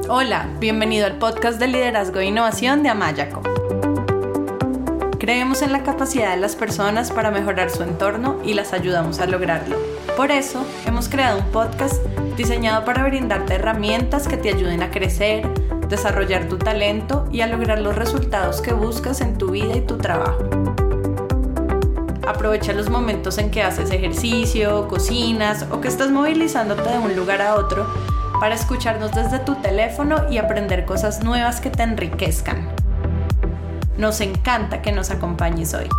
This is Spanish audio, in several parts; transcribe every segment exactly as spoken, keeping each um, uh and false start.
Hola, bienvenido al podcast de liderazgo e innovación de Amayaco. Creemos en la capacidad de las personas para mejorar su entorno y las ayudamos a lograrlo. Por eso, hemos creado un podcast diseñado para brindarte herramientas que te ayuden a crecer, desarrollar tu talento y a lograr los resultados que buscas en tu vida y tu trabajo. Aprovecha los momentos en que haces ejercicio, cocinas o que estás movilizándote de un lugar a otro para escucharnos desde tu teléfono y aprender cosas nuevas que te enriquezcan. Nos encanta que nos acompañes hoy.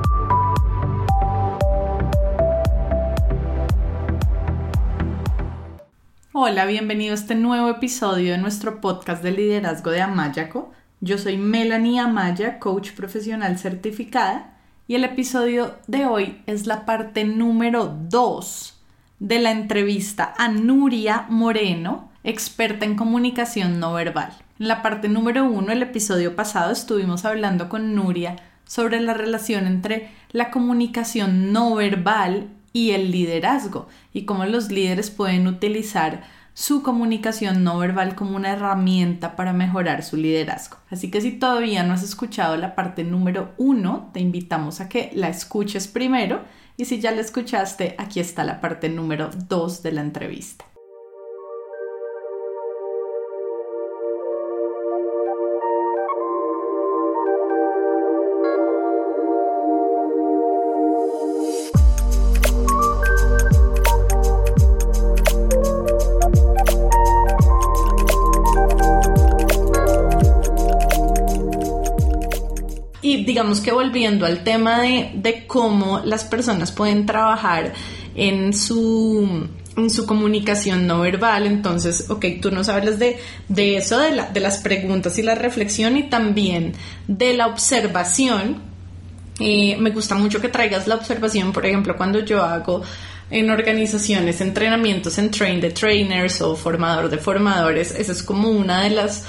Hola, bienvenido a este nuevo episodio de nuestro podcast de liderazgo de Amayaco. Yo soy Melanie Amaya, coach profesional certificada, y el episodio de hoy es la parte número dos de la entrevista a Nuria Moreno, experta en comunicación no verbal. En la parte número uno, el episodio pasado, estuvimos hablando con Nuria sobre la relación entre la comunicación no verbal y el liderazgo y cómo los líderes pueden utilizar su comunicación no verbal como una herramienta para mejorar su liderazgo. Así que si todavía no has escuchado la parte número uno, te invitamos a que la escuches primero. Y si ya la escuchaste, aquí está la parte número dos de la entrevista. Y digamos que volviendo al tema de, de cómo las personas pueden trabajar en su, en su comunicación no verbal, entonces, ok, tú nos hablas de, de eso, de, la, de las preguntas y la reflexión y también de la observación. Eh, me gusta mucho que traigas la observación, por ejemplo, cuando yo hago en organizaciones entrenamientos en Train the Trainers o formador de formadores, esa es como una de las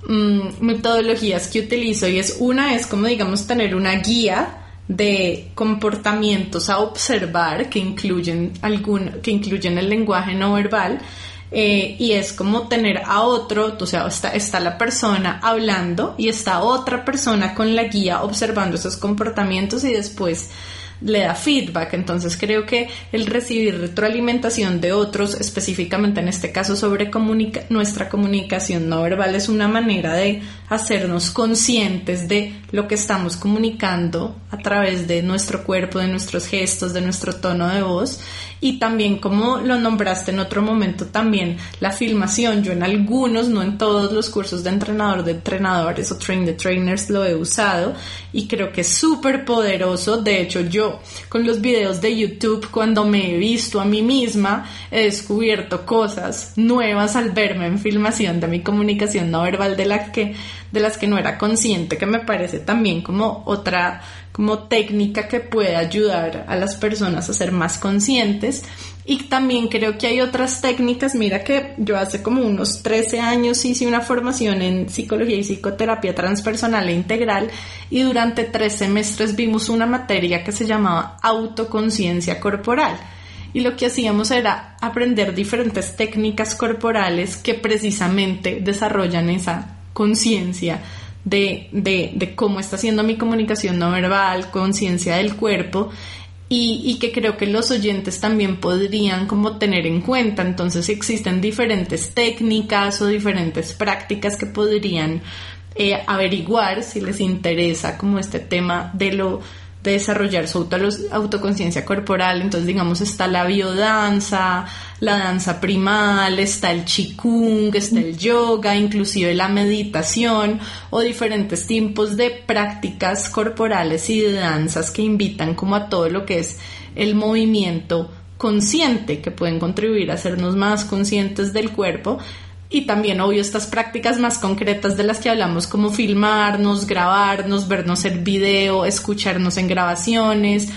metodologías que utilizo, y es una es como digamos tener una guía de comportamientos a observar que incluyen algún que incluyen el lenguaje no verbal, eh, y es como tener a otro, o sea, está, está la persona hablando y está otra persona con la guía observando esos comportamientos y después le da feedback. Entonces creo que el recibir retroalimentación de otros, específicamente en este caso sobre comunica- nuestra comunicación no verbal, es una manera de hacernos conscientes de lo que estamos comunicando a través de nuestro cuerpo, de nuestros gestos, de nuestro tono de voz. Y también, como lo nombraste en otro momento, también la filmación. Yo en algunos, no en todos los cursos de entrenador de entrenadores o train the trainers lo he usado y creo que es súper poderoso. De hecho, yo con los videos de YouTube, cuando me he visto a mí misma, he descubierto cosas nuevas al verme en filmación de mi comunicación no verbal de, la que, de las que no era consciente, que me parece también como otra como técnica que puede ayudar a las personas a ser más conscientes. Y también creo que hay otras técnicas. Mira que yo hace como unos trece años hice una formación en psicología y psicoterapia transpersonal e integral, y durante tres semestres vimos una materia que se llamaba autoconciencia corporal. Y lo que hacíamos era aprender diferentes técnicas corporales que precisamente desarrollan esa conciencia de, de, de cómo está siendo mi comunicación no verbal, conciencia del cuerpo, y, y que creo que los oyentes también podrían como tener en cuenta. Entonces existen diferentes técnicas o diferentes prácticas que podrían eh, averiguar si les interesa como este tema de lo de desarrollar su auto, autoconciencia corporal. Entonces digamos está la biodanza, la danza primal, está el qigong, está el yoga, inclusive la meditación o diferentes tipos de prácticas corporales y de danzas que invitan como a todo lo que es el movimiento consciente, que pueden contribuir a hacernos más conscientes del cuerpo. Y también, obvio, estas prácticas más concretas de las que hablamos, como filmarnos, grabarnos, vernos en video, escucharnos en grabaciones,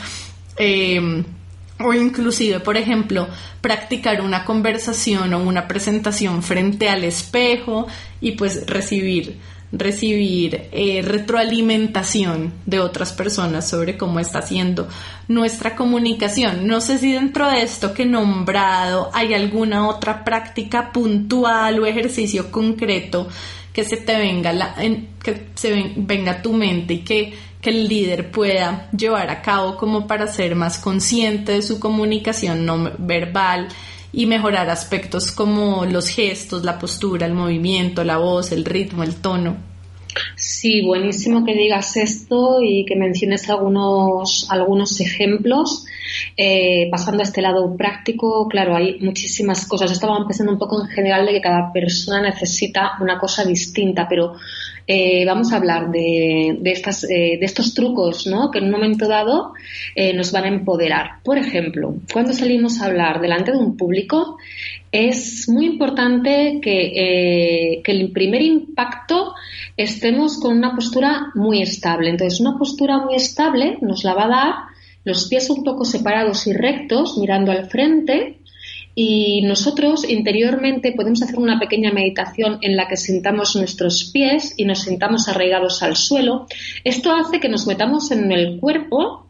eh, o inclusive, por ejemplo, practicar una conversación o una presentación frente al espejo y pues recibir recibir eh, retroalimentación de otras personas sobre cómo está haciendo nuestra comunicación. No sé si dentro de esto que he nombrado hay alguna otra práctica puntual o ejercicio concreto que se te venga la, en, que se ven, venga a tu mente y que, que el líder pueda llevar a cabo como para ser más consciente de su comunicación no verbal y mejorar aspectos como los gestos, la postura, el movimiento, la voz, el ritmo, el tono. Sí, buenísimo que digas esto y que menciones algunos, algunos ejemplos. Eh, pasando a este lado práctico, claro, hay muchísimas cosas. Estaba pensando un poco en general de que cada persona necesita una cosa distinta, pero eh, vamos a hablar de, de, estas, eh, de estos trucos, ¿no?, que en un momento dado eh, nos van a empoderar. Por ejemplo, cuando salimos a hablar delante de un público, es muy importante que, eh, que el primer impacto estemos con una postura muy estable. Entonces, una postura muy estable nos la va a dar los pies un poco separados y rectos, mirando al frente, y nosotros interiormente podemos hacer una pequeña meditación en la que sentamos nuestros pies y nos sentamos arraigados al suelo. Esto hace que nos metamos en el cuerpo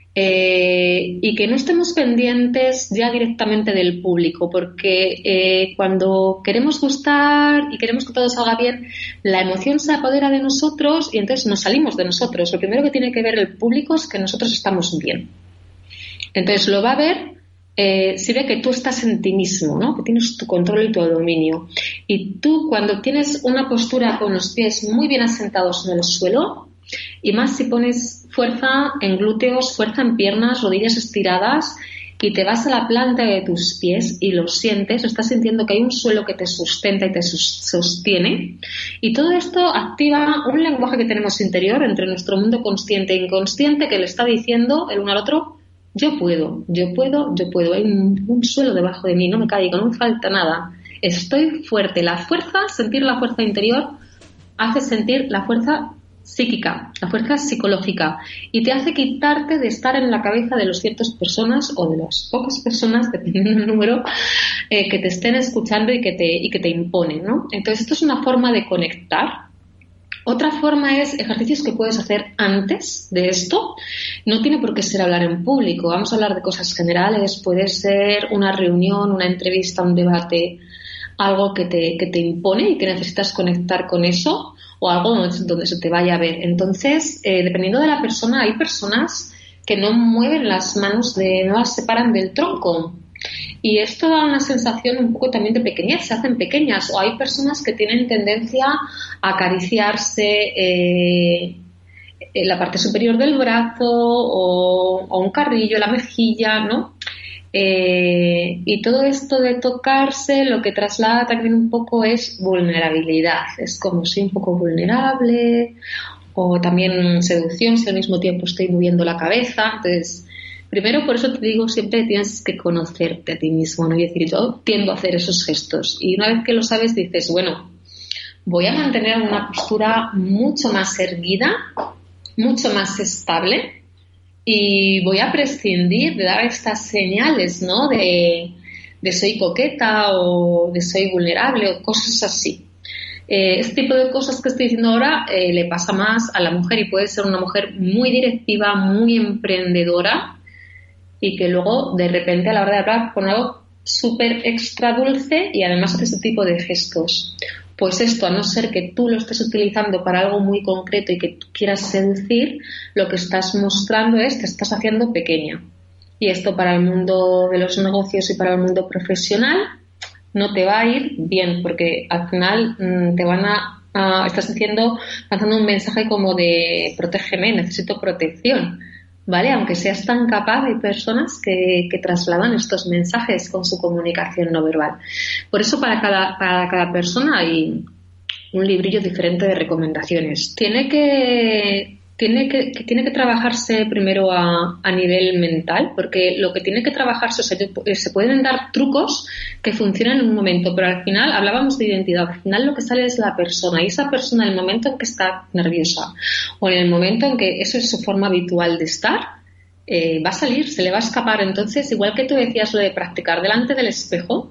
eh, y que no estemos pendientes ya directamente del público, porque eh, cuando queremos gustar y queremos que todo salga bien, la emoción se apodera de nosotros y entonces nos salimos de nosotros. Lo primero que tiene que ver el público es que nosotros estamos bien. Entonces lo va a ver eh, si ve que tú estás en ti mismo, ¿no?, que tienes tu control y tu dominio. Y tú, cuando tienes una postura con los pies muy bien asentados en el suelo, y más si pones fuerza en glúteos, fuerza en piernas, rodillas estiradas, y te vas a la planta de tus pies y lo sientes, estás sintiendo que hay un suelo que te sustenta y te sostiene, y todo esto activa un lenguaje que tenemos interior entre nuestro mundo consciente e inconsciente que le está diciendo el uno al otro: yo puedo, yo puedo, yo puedo, hay un, un suelo debajo de mí, no me caigo, no me falta nada, estoy fuerte. La fuerza, sentir la fuerza interior, hace sentir la fuerza psíquica, la fuerza psicológica, y te hace quitarte de estar en la cabeza de las ciertas personas o de las pocas personas, dependiendo del número, eh, que te estén escuchando y que te, y que te imponen, ¿no? Entonces, esto es una forma de conectar. Otra forma es ejercicios que puedes hacer antes de esto. No tiene por qué ser hablar en público. Vamos a hablar de cosas generales. Puede ser una reunión, una entrevista, un debate, algo que te, que te impone y que necesitas conectar con eso, o algo donde se te vaya a ver. Entonces, eh, dependiendo de la persona, hay personas que no mueven las manos, de, no las separan del tronco. Y esto da una sensación un poco también de pequeñez, se hacen pequeñas. O hay personas que tienen tendencia a acariciarse eh, en la parte superior del brazo o, o un carrillo, la mejilla, ¿no? Eh, y todo esto de tocarse lo que traslada también un poco es vulnerabilidad. Es como soy un poco vulnerable, o también seducción si al mismo tiempo estoy moviendo la cabeza. Entonces, primero, por eso te digo, siempre tienes que conocerte a ti mismo, ¿no? Y decir, yo tiendo a hacer esos gestos, y una vez que lo sabes dices, bueno, voy a mantener una postura mucho más erguida, mucho más estable, y voy a prescindir de dar estas señales, ¿no?, de, de soy coqueta o de soy vulnerable o cosas así. Eh, este tipo de cosas que estoy diciendo ahora eh, le pasa más a la mujer, y puede ser una mujer muy directiva, muy emprendedora, y que luego de repente a la hora de hablar con algo súper extra dulce y además hace este tipo de gestos. Pues esto, a no ser que tú lo estés utilizando para algo muy concreto y que tú quieras seducir, lo que estás mostrando es que estás haciendo pequeña. Y esto para el mundo de los negocios y para el mundo profesional no te va a ir bien, porque al final mmm, te van a, a... estás diciendo, lanzando un mensaje como de protégeme, necesito protección, ¿vale? Aunque seas tan capaz, hay personas que, que trasladan estos mensajes con su comunicación no verbal. Por eso para cada, para cada persona hay un librillo diferente de recomendaciones. Tiene que, tiene que, que tiene que trabajarse primero a, a nivel mental, porque lo que tiene que trabajarse, o sea, se pueden dar trucos que funcionan en un momento, pero al final hablábamos de identidad, al final lo que sale es la persona, y esa persona en el momento en que está nerviosa o en el momento en que eso es su forma habitual de estar, eh, va a salir, se le va a escapar. Entonces, igual que tú decías lo de practicar delante del espejo,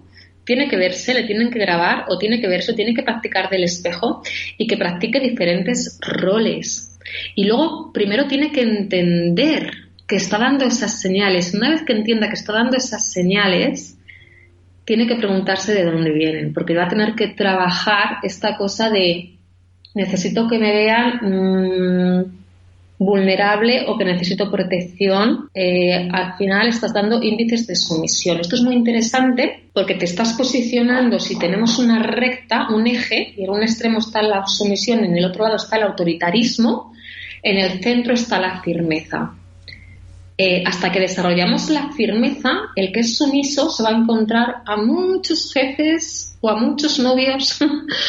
tiene que verse, le tienen que grabar o tiene que verse o tiene que practicar del espejo y que practique diferentes roles. Y luego primero tiene que entender que está dando esas señales. Una vez que entienda que está dando esas señales, tiene que preguntarse de dónde vienen, porque va a tener que trabajar esta cosa de necesito que me vean mmm, vulnerable o que necesito protección. Eh, al final estás dando índices de sumisión. Esto es muy interesante porque te estás posicionando, si tenemos una recta, un eje, y en un extremo está la sumisión, en el otro lado está el autoritarismo, en el centro está la firmeza. Eh, hasta que desarrollamos la firmeza, el que es sumiso se va a encontrar a muchos jefes o a muchos novios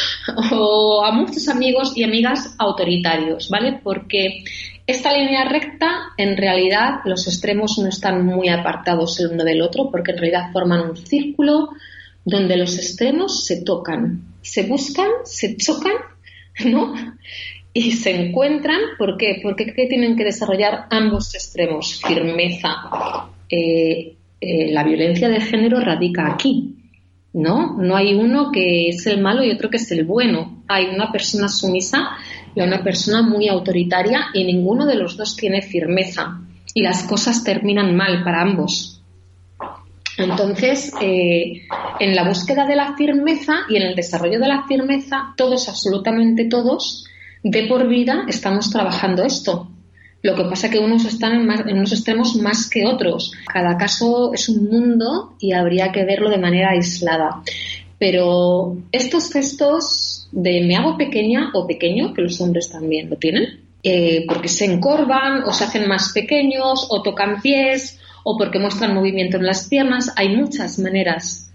o a muchos amigos y amigas autoritarios, ¿vale? Porque esta línea recta, en realidad, los extremos no están muy apartados el uno del otro, porque en realidad forman un círculo donde los extremos se tocan, se buscan, se chocan, ¿no? Y se encuentran. ¿Por qué? Porque ¿qué tienen que desarrollar ambos extremos? Firmeza. Eh, eh, la violencia de género radica aquí, ¿no? No hay uno que es el malo y otro que es el bueno. Hay una persona sumisa y una persona muy autoritaria y ninguno de los dos tiene firmeza. Y las cosas terminan mal para ambos. Entonces, eh, en la búsqueda de la firmeza y en el desarrollo de la firmeza, todos, absolutamente todos, de por vida estamos trabajando esto. Lo que pasa es que unos están en, más, en unos extremos más que otros. Cada caso es un mundo y habría que verlo de manera aislada. Pero estos gestos de me hago pequeña o pequeño, que los hombres también lo tienen, eh, porque se encorvan o se hacen más pequeños o tocan pies o porque muestran movimiento en las piernas. Hay muchas maneras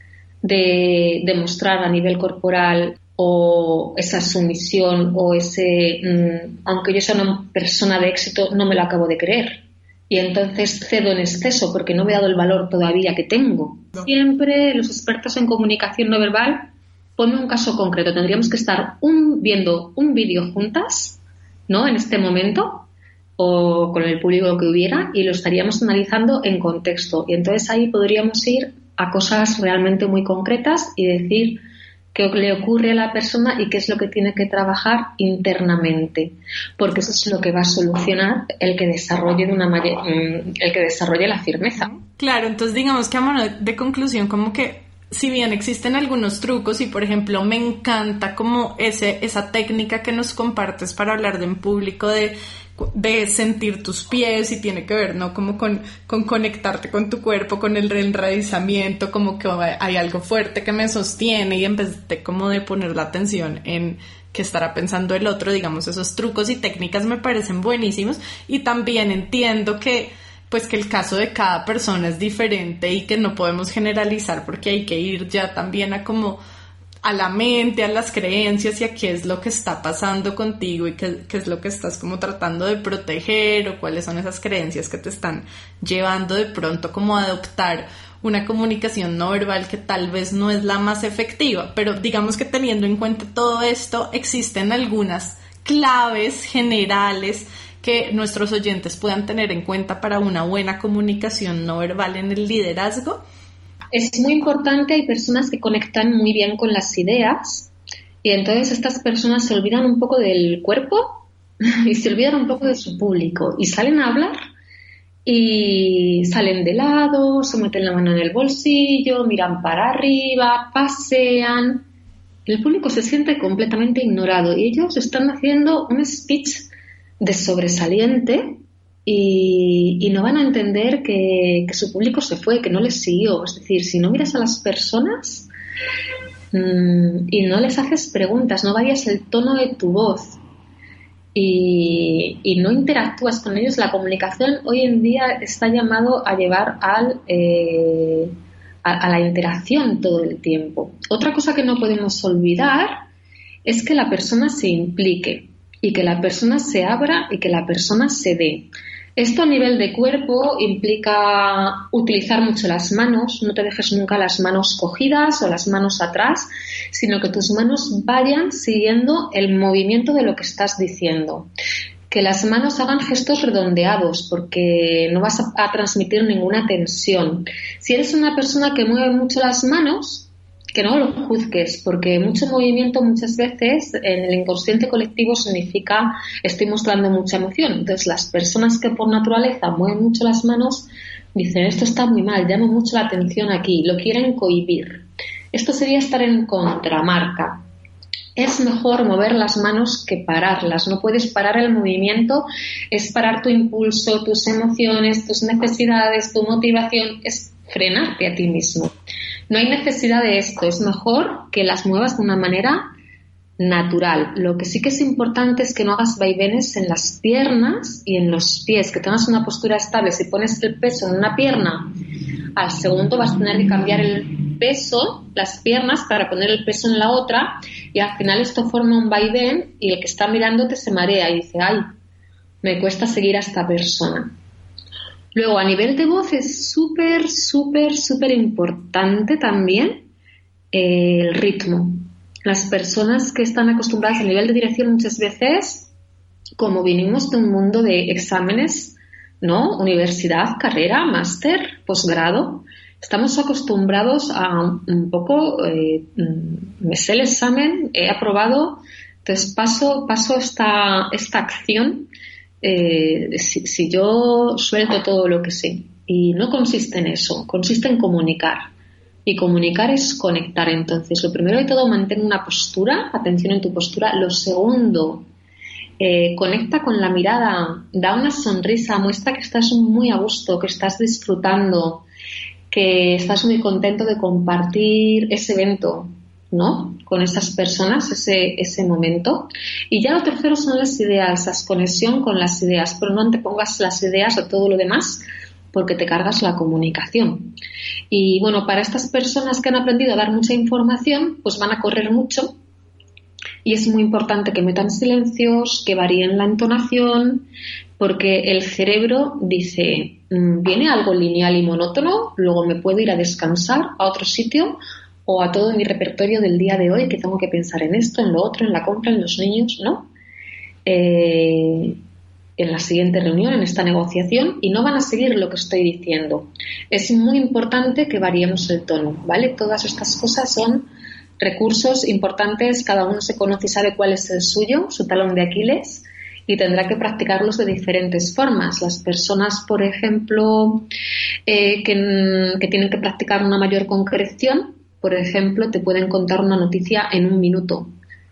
de demostrar a nivel corporal o esa sumisión o ese mmm, aunque yo sea una persona de éxito, no me lo acabo de creer y entonces cedo en exceso porque no me he dado el valor todavía que tengo. No. Siempre los expertos en comunicación no verbal, ponme un caso concreto, tendríamos que estar un, viendo un vídeo juntas, ¿no? En este momento o con el público que hubiera y lo estaríamos analizando en contexto y entonces ahí podríamos ir a cosas realmente muy concretas y decir qué le ocurre a la persona y qué es lo que tiene que trabajar internamente, porque eso es lo que va a solucionar el que desarrolle de una mayor, el que desarrolle la firmeza. Claro, entonces digamos que a modo de conclusión, como que si bien existen algunos trucos y por ejemplo me encanta como ese esa técnica que nos compartes para hablar de en público de de sentir tus pies y tiene que ver, ¿no? Como con, con conectarte con tu cuerpo, con el enraizamiento, como que hay algo fuerte que me sostiene y en vez de como de poner la atención en qué estará pensando el otro, digamos, esos trucos y técnicas me parecen buenísimos y también entiendo que pues que el caso de cada persona es diferente y que no podemos generalizar porque hay que ir ya también a como a la mente, a las creencias y a qué es lo que está pasando contigo y qué, qué es lo que estás como tratando de proteger o cuáles son esas creencias que te están llevando de pronto como a adoptar una comunicación no verbal que tal vez no es la más efectiva, pero digamos que teniendo en cuenta todo esto existen algunas claves generales que nuestros oyentes puedan tener en cuenta para una buena comunicación no verbal en el liderazgo. Es muy importante, hay personas que conectan muy bien con las ideas y entonces estas personas se olvidan un poco del cuerpo y se olvidan un poco de su público y salen a hablar y salen de lado, se meten la mano en el bolsillo, miran para arriba, pasean. El público se siente completamente ignorado y ellos están haciendo un speech de sobresaliente Y, y no van a entender que, que su público se fue, que no les siguió. Es decir, si no miras a las personas mmm, y no les haces preguntas, no varias el tono de tu voz y, y no interactúas con ellos, la comunicación hoy en día está llamado a llevar al, eh, a, a la interacción todo el tiempo. Otra cosa que no podemos olvidar es que la persona se implique y que la persona se abra y que la persona se dé. Esto a nivel de cuerpo implica utilizar mucho las manos, no te dejes nunca las manos cogidas o las manos atrás, sino que tus manos vayan siguiendo el movimiento de lo que estás diciendo. Que las manos hagan gestos redondeados porque no vas a, a transmitir ninguna tensión. Si eres una persona que mueve mucho las manos, que no lo juzgues, porque mucho movimiento muchas veces en el inconsciente colectivo significa estoy mostrando mucha emoción. Entonces las personas que por naturaleza mueven mucho las manos dicen esto está muy mal, llama mucho la atención aquí, lo quieren cohibir. Esto sería estar en contramarca. Es mejor mover las manos que pararlas. No puedes parar el movimiento, es parar tu impulso, tus emociones, tus necesidades, tu motivación, es frenarte a ti mismo. No hay necesidad de esto, es mejor que las muevas de una manera natural. Lo que sí que es importante es que no hagas vaivenes en las piernas y en los pies, que tengas una postura estable. Si pones el peso en una pierna, al segundo vas a tener que cambiar el peso, las piernas, para poner el peso en la otra, y al final esto forma un vaivén y el que está mirándote se marea y dice, ay, me cuesta seguir a esta persona. Luego, a nivel de voz es súper, súper, súper importante también eh, el ritmo. Las personas que están acostumbradas a nivel de dirección muchas veces, como vinimos de un mundo de exámenes, ¿no? Universidad, carrera, máster, posgrado, estamos acostumbrados a un poco, eh, me sé el examen, he aprobado, entonces paso, paso esta, esta acción. Eh, si, si yo suelto todo lo que sé, y no consiste en eso, consiste en comunicar, y comunicar es conectar. Entonces lo primero de todo, mantén una postura, atención en tu postura. Lo segundo, eh, conecta con la mirada, da una sonrisa, muestra que estás muy a gusto, que estás disfrutando, que estás muy contento de compartir ese evento, ¿no? Con esas personas, ese, ese momento. Y ya lo tercero son las ideas, la conexión con las ideas, pero no te pongas las ideas a todo lo demás porque te cargas la comunicación. Y bueno, para estas personas que han aprendido a dar mucha información, pues van a correr mucho y es muy importante que metan silencios, que varíen la entonación, porque el cerebro dice, viene algo lineal y monótono, luego me puedo ir a descansar a otro sitio o a todo mi repertorio del día de hoy, que tengo que pensar en esto, en lo otro, en la compra, en los niños, ¿no? Eh, en la siguiente reunión, en esta negociación, y no van a seguir lo que estoy diciendo. Es muy importante que variemos el tono, ¿vale? Todas estas cosas son recursos importantes, cada uno se conoce y sabe cuál es el suyo, su talón de Aquiles, y tendrá que practicarlos de diferentes formas. Las personas, por ejemplo, eh, que, que tienen que practicar una mayor concreción, por ejemplo, te pueden contar una noticia en un minuto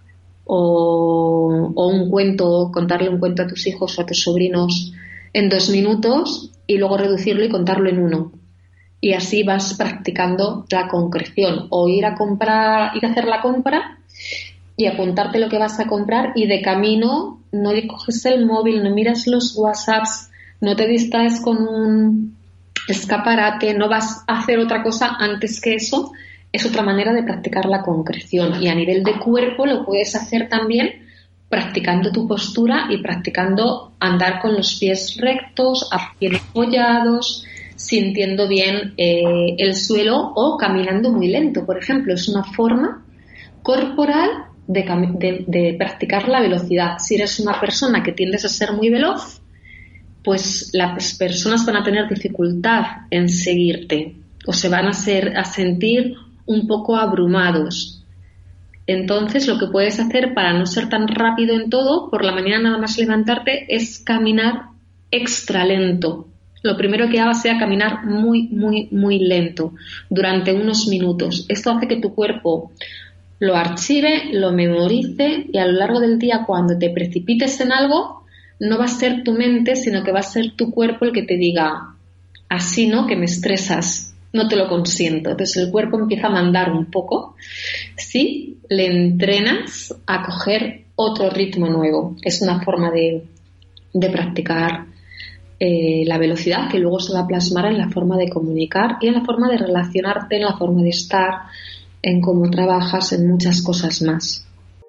o, o un cuento, contarle un cuento a tus hijos o a tus sobrinos en dos minutos y luego reducirlo y contarlo en uno. Y así vas practicando la concreción. O ir a comprar, ir a hacer la compra y apuntarte lo que vas a comprar, y de camino no coges el móvil, no miras los WhatsApps, no te distraes con un escaparate, no vas a hacer otra cosa antes que eso. Es otra manera de practicar la concreción. Y a nivel de cuerpo lo puedes hacer también practicando tu postura y practicando andar con los pies rectos, a pies apoyados, sintiendo bien eh, el suelo, o caminando muy lento, por ejemplo. Es una forma corporal de, de, de practicar la velocidad. Si eres una persona que tiendes a ser muy veloz, pues las personas van a tener dificultad en seguirte o se van a, ser, a sentir un poco abrumados. Entonces lo que puedes hacer para no ser tan rápido en todo, por la mañana nada más levantarte, es caminar extra lento. Lo primero que hagas sea caminar muy, muy, muy lento durante unos minutos. Esto hace que tu cuerpo lo archive, lo memorice, y a lo largo del día, cuando te precipites en algo, no va a ser tu mente, sino que va a ser tu cuerpo el que te diga, así no, que me estresas, no te lo consiento. Entonces el cuerpo empieza a mandar un poco si le entrenas a coger otro ritmo nuevo. Es una forma de, de practicar eh, la velocidad, que luego se va a plasmar en la forma de comunicar y en la forma de relacionarte, en la forma de estar, en cómo trabajas, en muchas cosas más.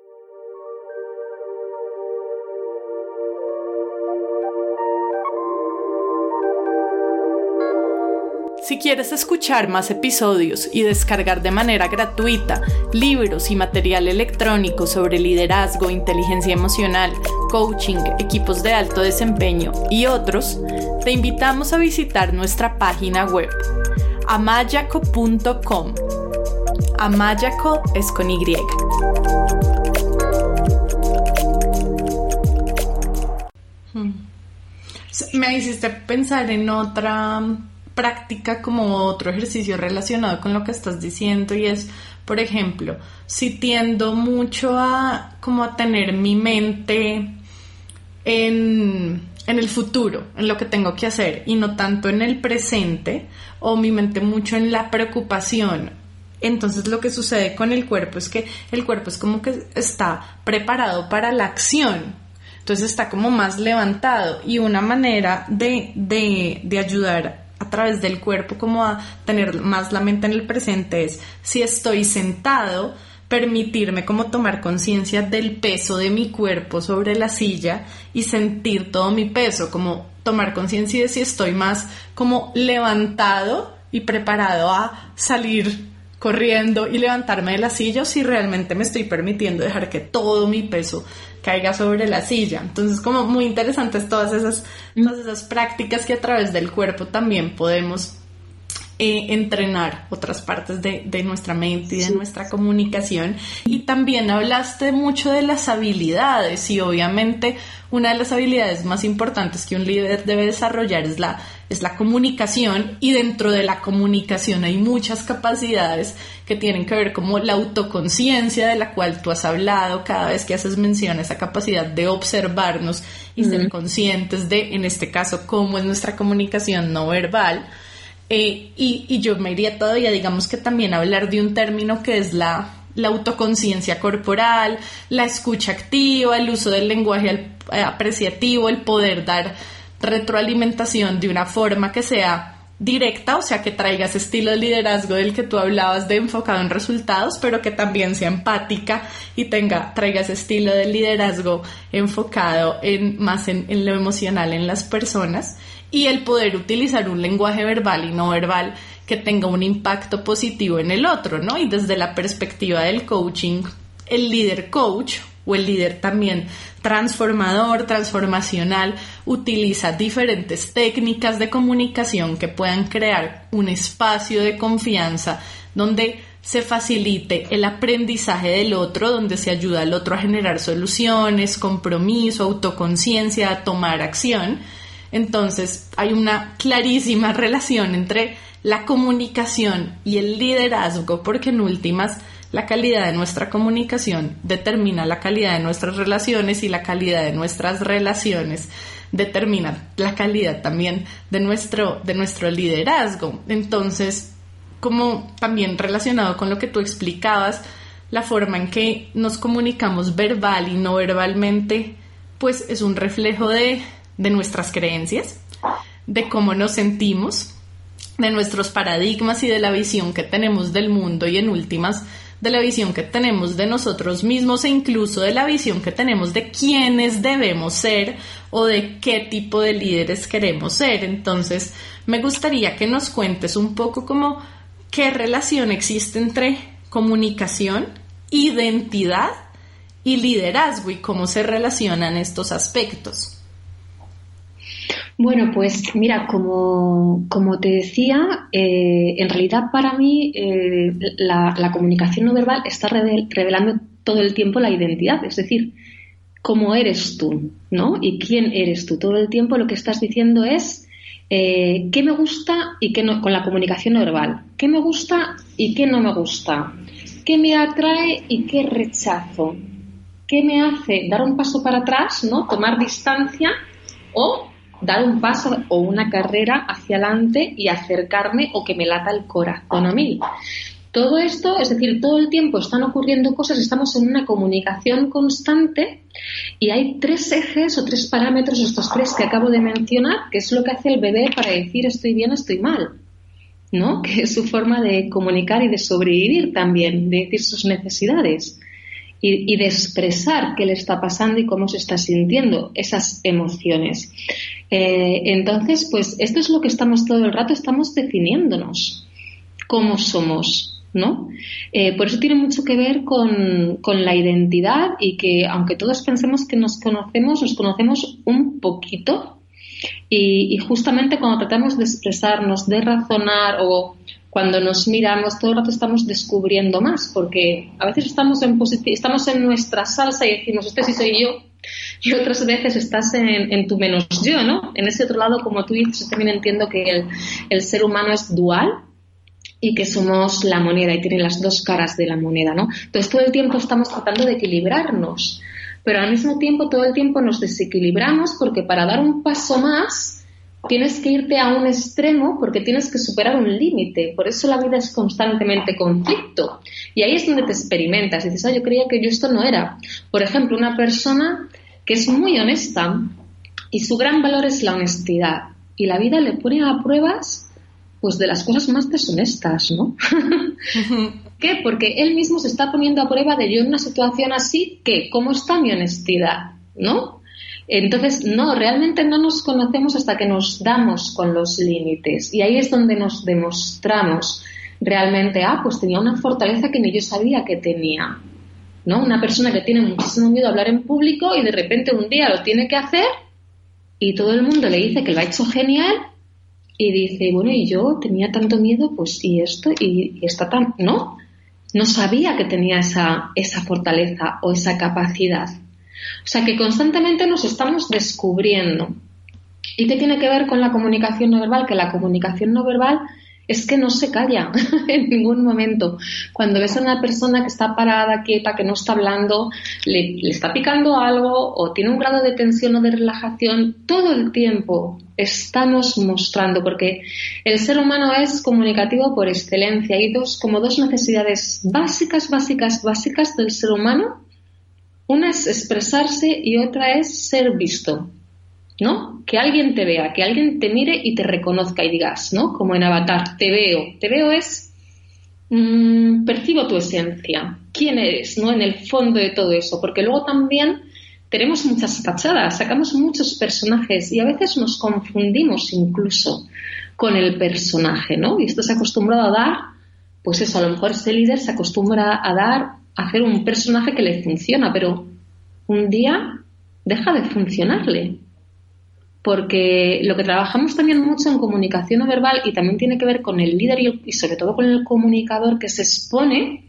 Si quieres escuchar más episodios y descargar de manera gratuita libros y material electrónico sobre liderazgo, inteligencia emocional, coaching, equipos de alto desempeño y otros, te invitamos a visitar nuestra página web amayaco punto com. Amayako es con Y. Hmm. Me hiciste pensar en otra práctica, como otro ejercicio relacionado con lo que estás diciendo, y es, por ejemplo, si tiendo mucho a como a tener mi mente en, en el futuro, en lo que tengo que hacer, y no tanto en el presente, o mi mente mucho en la preocupación, entonces lo que sucede con el cuerpo es que el cuerpo es como que está preparado para la acción, entonces está como más levantado, y una manera de, de, de ayudar a través del cuerpo como a tener más la mente en el presente es, si estoy sentado, permitirme como tomar conciencia del peso de mi cuerpo sobre la silla y sentir todo mi peso, como tomar conciencia de si estoy más como levantado y preparado a salir corriendo y levantarme de la silla, o si realmente me estoy permitiendo dejar que todo mi peso caiga sobre la silla. Entonces, como muy interesantes todas esas, todas esas prácticas que a través del cuerpo también podemos eh, entrenar otras partes de, de nuestra mente y de sí. nuestra comunicación. Y también hablaste mucho de las habilidades, y obviamente una de las habilidades más importantes que un líder debe desarrollar es la, es la comunicación, y dentro de la comunicación hay muchas capacidades que tienen que ver como la autoconciencia, de la cual tú has hablado cada vez que haces mención a esa capacidad de observarnos y mm. ser conscientes de, en este caso, cómo es nuestra comunicación no verbal. Eh, y, y yo me iría todavía, digamos que también hablar de un término que es la, la autoconciencia corporal, la escucha activa, el uso del lenguaje apreciativo, el poder dar retroalimentación de una forma que sea directa, o sea, que traiga ese estilo de liderazgo del que tú hablabas, de enfocado en resultados, pero que también sea empática y tenga, traiga ese estilo de liderazgo enfocado en, más en, en lo emocional en las personas, y el poder utilizar un lenguaje verbal y no verbal que tenga un impacto positivo en el otro, ¿no? Y desde la perspectiva del coaching, el líder coach o el líder también transformador, transformacional, utiliza diferentes técnicas de comunicación que puedan crear un espacio de confianza donde se facilite el aprendizaje del otro, donde se ayuda al otro a generar soluciones, compromiso, autoconciencia, a tomar acción. Entonces hay una clarísima relación entre la comunicación y el liderazgo, porque en últimas la calidad de nuestra comunicación determina la calidad de nuestras relaciones, y la calidad de nuestras relaciones determina la calidad también de nuestro, de nuestro liderazgo. Entonces, como también relacionado con lo que tú explicabas, la forma en que nos comunicamos verbal y no verbalmente, pues es un reflejo de, de nuestras creencias, de cómo nos sentimos, de nuestros paradigmas y de la visión que tenemos del mundo, y en últimas de la visión que tenemos de nosotros mismos, e incluso de la visión que tenemos de quiénes debemos ser o de qué tipo de líderes queremos ser. Entonces, me gustaría que nos cuentes un poco como qué relación existe entre comunicación, identidad y liderazgo, y cómo se relacionan estos aspectos. Bueno, pues mira, como, como te decía, eh, en realidad para mí eh, la, la comunicación no verbal está revel, revelando todo el tiempo la identidad, es decir, cómo eres tú, ¿no? Y quién eres tú. Todo el tiempo lo que estás diciendo es eh, qué me gusta y qué no, con la comunicación no verbal, qué me gusta y qué no me gusta, qué me atrae y qué rechazo, qué me hace dar un paso para atrás, ¿no? Tomar distancia, o dar un paso o una carrera hacia adelante y acercarme, o que me lata el corazón a mí. Todo esto, es decir, todo el tiempo están ocurriendo cosas, estamos en una comunicación constante, y hay tres ejes o tres parámetros, estos tres que acabo de mencionar, que es lo que hace el bebé para decir estoy bien, estoy mal, ¿no? Que es su forma de comunicar y de sobrevivir también, de decir sus necesidades. Y, y de expresar qué le está pasando y cómo se está sintiendo esas emociones. Eh, entonces, pues esto es lo que estamos todo el rato, estamos definiéndonos cómo somos, ¿no? Eh, por eso tiene mucho que ver con, con la identidad, y que aunque todos pensemos que nos conocemos, nos conocemos un poquito, y, y justamente cuando tratamos de expresarnos, de razonar o cuando nos miramos, todo el rato estamos descubriendo más, porque a veces estamos en posit- estamos en nuestra salsa y decimos, este sí soy yo, y otras veces estás en, en tu menos yo, ¿no? En ese otro lado, como tú dices, yo también entiendo que el, el ser humano es dual y que somos la moneda y tiene las dos caras de la moneda, ¿no? Entonces todo el tiempo estamos tratando de equilibrarnos, pero al mismo tiempo todo el tiempo nos desequilibramos, porque para dar un paso más tienes que irte a un extremo, porque tienes que superar un límite. Por eso la vida es constantemente conflicto. Y ahí es donde te experimentas. Y dices, ah, yo creía que yo esto no era. Por ejemplo, una persona que es muy honesta y su gran valor es la honestidad. Y la vida le pone a pruebas, pues, de las cosas más deshonestas, ¿no? Uh-huh. ¿Qué? Porque él mismo se está poniendo a prueba de yo en una situación así, ¿qué? ¿Cómo está mi honestidad? ¿No? Entonces, no, realmente no nos conocemos hasta que nos damos con los límites. Y ahí es donde nos demostramos realmente, ah, pues tenía una fortaleza que ni yo sabía que tenía, ¿no? Una persona que tiene muchísimo miedo a hablar en público y de repente un día lo tiene que hacer y todo el mundo le dice que lo ha hecho genial y dice, bueno, y yo tenía tanto miedo, pues, y esto, y, y está tan... No, no sabía que tenía esa, esa fortaleza o esa capacidad. O sea, que constantemente nos estamos descubriendo. ¿Y qué tiene que ver con la comunicación no verbal? Que la comunicación no verbal es que no se calla en ningún momento. Cuando ves a una persona que está parada, quieta, que no está hablando, le, le está picando algo o tiene un grado de tensión o de relajación, todo el tiempo estamos mostrando, porque el ser humano es comunicativo por excelencia. Hay dos, como dos necesidades básicas, básicas, básicas del ser humano. Una es expresarse y otra es ser visto, ¿no? Que alguien te vea, que alguien te mire y te reconozca y digas, ¿no? Como en Avatar, te veo. Te veo es, mmm, percibo tu esencia. ¿Quién eres, no? En el fondo de todo eso. Porque luego también tenemos muchas fachadas, sacamos muchos personajes y a veces nos confundimos incluso con el personaje, ¿no? Y esto se ha acostumbrado a dar, pues eso, a lo mejor ese líder se acostumbra a dar, a hacer un personaje que le funciona, pero un día deja de funcionarle. Porque lo que trabajamos también mucho en comunicación no verbal y también tiene que ver con el líder y, y sobre todo con el comunicador que se expone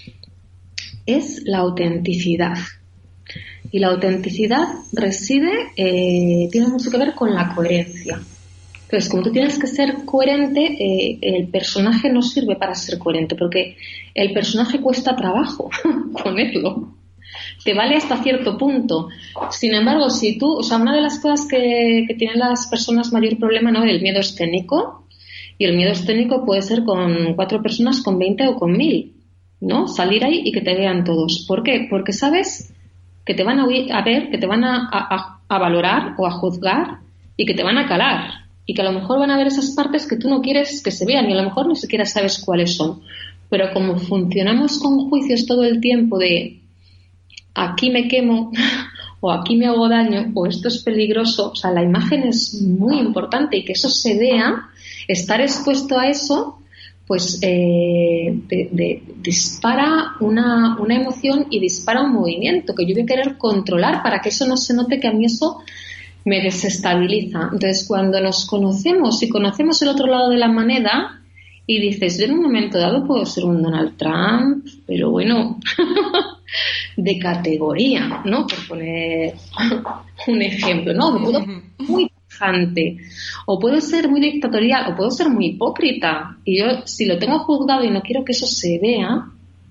es la autenticidad. Y la autenticidad reside, eh, tiene mucho que ver con la coherencia. Entonces, como tú tienes que ser coherente, eh, el personaje no sirve para ser coherente, porque el personaje cuesta trabajo ponerlo. Te vale hasta cierto punto. Sin embargo, si tú, o sea, una de las cosas que, que tienen las personas mayor problema, ¿no? El miedo escénico. Y el miedo escénico puede ser con cuatro personas, con veinte o con mil, ¿no? Salir ahí y que te vean todos. ¿Por qué? Porque sabes que te van a, oír, a ver, que te van a, a, a valorar o a juzgar y que te van a calar. Y que a lo mejor van a ver esas partes que tú no quieres que se vean y a lo mejor ni siquiera sabes cuáles son. Pero como funcionamos con juicios todo el tiempo de aquí me quemo o aquí me hago daño o esto es peligroso, o sea, la imagen es muy importante y que eso se vea, estar expuesto a eso, pues eh, de, de, dispara una, una emoción y dispara un movimiento que yo voy a querer controlar para que eso no se note, que a mí eso me desestabiliza. Entonces, cuando nos conocemos y conocemos el otro lado de la moneda y dices, yo en un momento dado puedo ser un Donald Trump, pero bueno, de categoría, ¿no? Por poner un ejemplo, ¿no? Me puedo ser muy tajante, o puedo ser muy dictatorial, o puedo ser muy hipócrita. Y yo, si lo tengo juzgado y no quiero que eso se vea,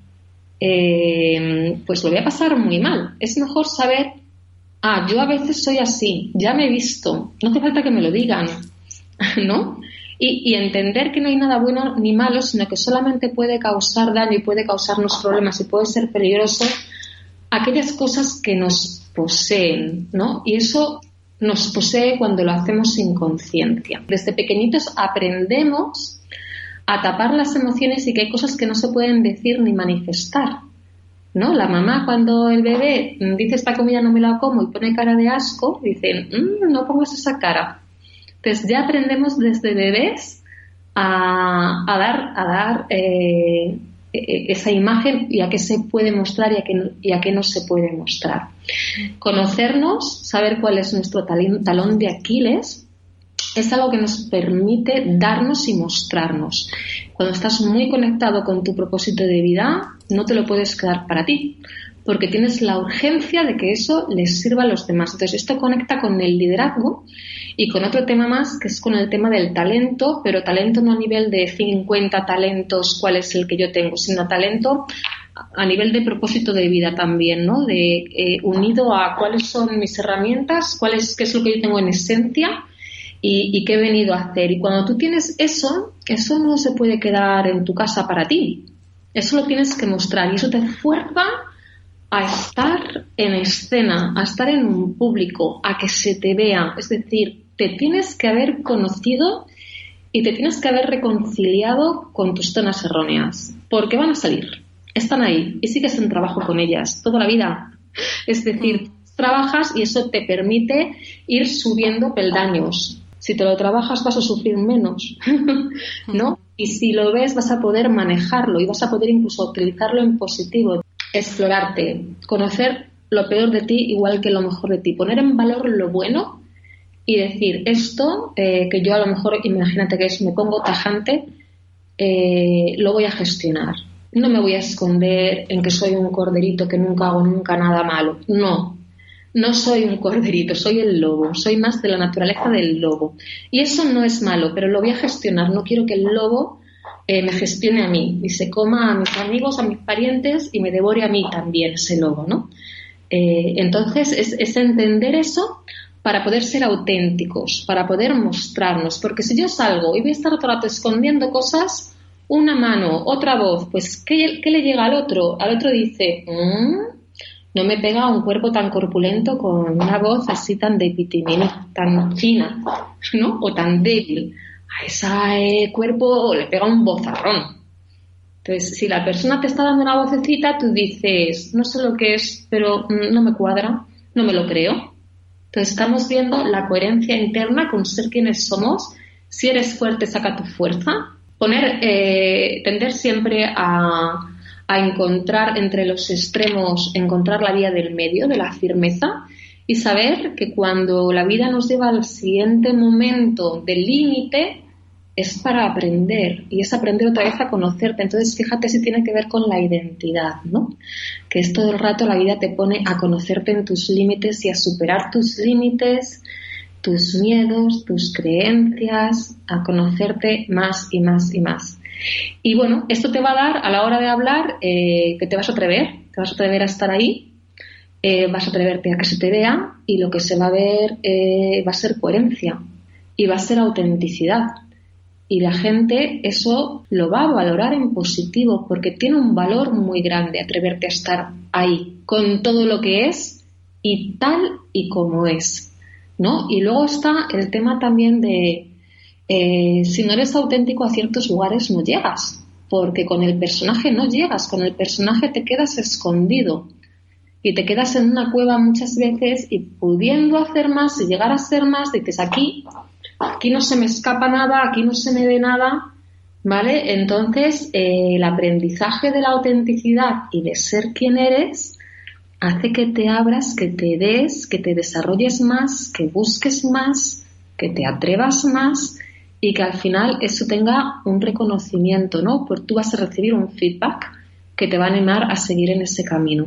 eh, pues lo voy a pasar muy mal. Es mejor saber, ah, yo a veces soy así, ya me he visto, no hace falta que me lo digan, ¿no? Y, y entender que no hay nada bueno ni malo, sino que solamente puede causar daño y puede causarnos problemas y puede ser peligroso aquellas cosas que nos poseen, ¿no? Y eso nos posee cuando lo hacemos sin conciencia. Desde pequeñitos aprendemos a tapar las emociones y que hay cosas que no se pueden decir ni manifestar, ¿no? La mamá, cuando el bebé dice esta comida no me la como y pone cara de asco, dicen, mmm, no pongas esa cara. Entonces ya aprendemos desde bebés a, a dar, a dar eh, esa imagen y a qué se puede mostrar y a qué, y a qué no se puede mostrar. Conocernos, saber cuál es nuestro talón, talón de Aquiles, es algo que nos permite darnos y mostrarnos. Cuando estás muy conectado con tu propósito de vida, no te lo puedes quedar para ti, porque tienes la urgencia de que eso les sirva a los demás. Entonces, esto conecta con el liderazgo y con otro tema más, que es con el tema del talento, pero talento no a nivel de cincuenta talentos, cuál es el que yo tengo, sino talento a nivel de propósito de vida también, ¿no? De eh, unido a cuáles son mis herramientas, cuál es, qué es lo que yo tengo en esencia y, y qué he venido a hacer. Y cuando tú tienes eso, eso no se puede quedar en tu casa para ti. Eso lo tienes que mostrar y eso te fuerza a estar en escena, a estar en un público, a que se te vea. Es decir, te tienes que haber conocido y te tienes que haber reconciliado con tus zonas erróneas, porque van a salir. Están ahí y sigues en trabajo con ellas toda la vida. Es decir, trabajas y eso te permite ir subiendo peldaños. Si te lo trabajas vas a sufrir menos, ¿no? Y si lo ves vas a poder manejarlo y vas a poder incluso utilizarlo en positivo. Explorarte, conocer lo peor de ti igual que lo mejor de ti. Poner en valor lo bueno y decir esto, eh, que yo a lo mejor, imagínate que es, me pongo tajante, eh, lo voy a gestionar. No me voy a esconder en que soy un corderito que nunca hago nunca nada malo. No, no soy un corderito, soy el lobo. Soy más de la naturaleza del lobo. Y eso no es malo, pero lo voy a gestionar. No quiero que el lobo eh, me gestione a mí y se coma a mis amigos, a mis parientes y me devore a mí también ese lobo, ¿no? Eh, entonces es, es entender eso para poder ser auténticos, para poder mostrarnos. Porque si yo salgo y voy a estar todo el rato escondiendo cosas... Una mano, otra voz, pues ¿qué, qué le llega al otro? Al otro dice, mmm, no me pega un cuerpo tan corpulento con una voz así tan de pitimini, tan fina, ¿no? O tan débil. A ese eh, cuerpo le pega un vozarrón. Entonces, si la persona te está dando una vocecita, tú dices, no sé lo que es, pero no me cuadra, no me lo creo. Entonces, estamos viendo la coherencia interna con ser quienes somos. Si eres fuerte, saca tu fuerza. Poner, eh, tender siempre a, a encontrar entre los extremos, encontrar la vía del medio, de la firmeza y saber que cuando la vida nos lleva al siguiente momento del límite es para aprender y es aprender otra vez a conocerte. Entonces, fíjate si tiene que ver con la identidad, ¿no? Que es todo el rato la vida te pone a conocerte en tus límites y a superar tus límites, tus miedos, tus creencias, a conocerte más y más y más. Y bueno, esto te va a dar a la hora de hablar eh, que te vas a atrever, te vas a atrever a estar ahí, eh, vas a atreverte a que se te vea y lo que se va a ver eh, va a ser coherencia y va a ser autenticidad. Y la gente eso lo va a valorar en positivo porque tiene un valor muy grande atreverte a estar ahí con todo lo que es y tal y como es, ¿no? Y luego está el tema también de eh, si no eres auténtico a ciertos lugares no llegas, porque con el personaje no llegas, con el personaje te quedas escondido y te quedas en una cueva muchas veces y pudiendo hacer más y llegar a ser más, dices aquí, aquí no se me escapa nada, aquí no se me ve nada, ¿vale? Entonces eh, el aprendizaje de la autenticidad y de ser quien eres hace que te abras, que te des, que te desarrolles más, que busques más, que te atrevas más y que al final eso tenga un reconocimiento, ¿no? Porque tú vas a recibir un feedback que te va a animar a seguir en ese camino.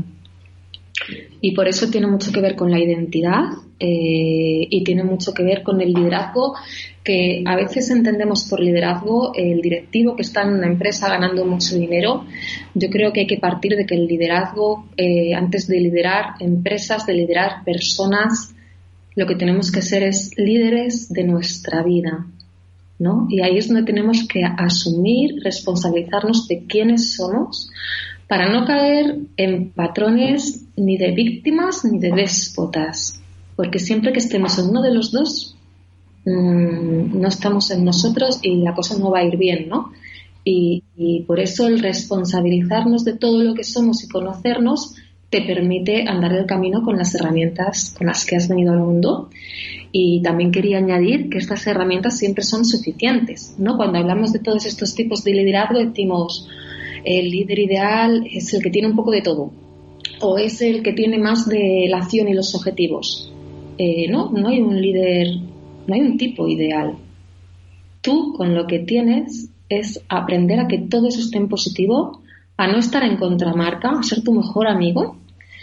Y por eso tiene mucho que ver con la identidad eh, y tiene mucho que ver con el liderazgo, que a veces entendemos por liderazgo el directivo que está en una empresa ganando mucho dinero. Yo creo que hay que partir de que el liderazgo, eh, antes de liderar empresas, de liderar personas, lo que tenemos que ser es líderes de nuestra vida, ¿no? Y ahí es donde tenemos que asumir, responsabilizarnos de quiénes somos, para no caer en patrones ni de víctimas ni de déspotas, porque siempre que estemos en uno de los dos mmm, no estamos en nosotros y la cosa no va a ir bien, ¿no? Y, y por eso el responsabilizarnos de todo lo que somos y conocernos te permite andar el camino con las herramientas con las que has venido al mundo. Y también quería añadir que estas herramientas siempre son suficientes, ¿no? Cuando hablamos de todos estos tipos de liderazgo decimos el líder ideal es el que tiene un poco de todo o es el que tiene más de la acción y los objetivos. Eh, no, no hay un líder, no hay un tipo ideal. Tú con lo que tienes es aprender a que todo eso esté en positivo, a no estar en contramarca, a ser tu mejor amigo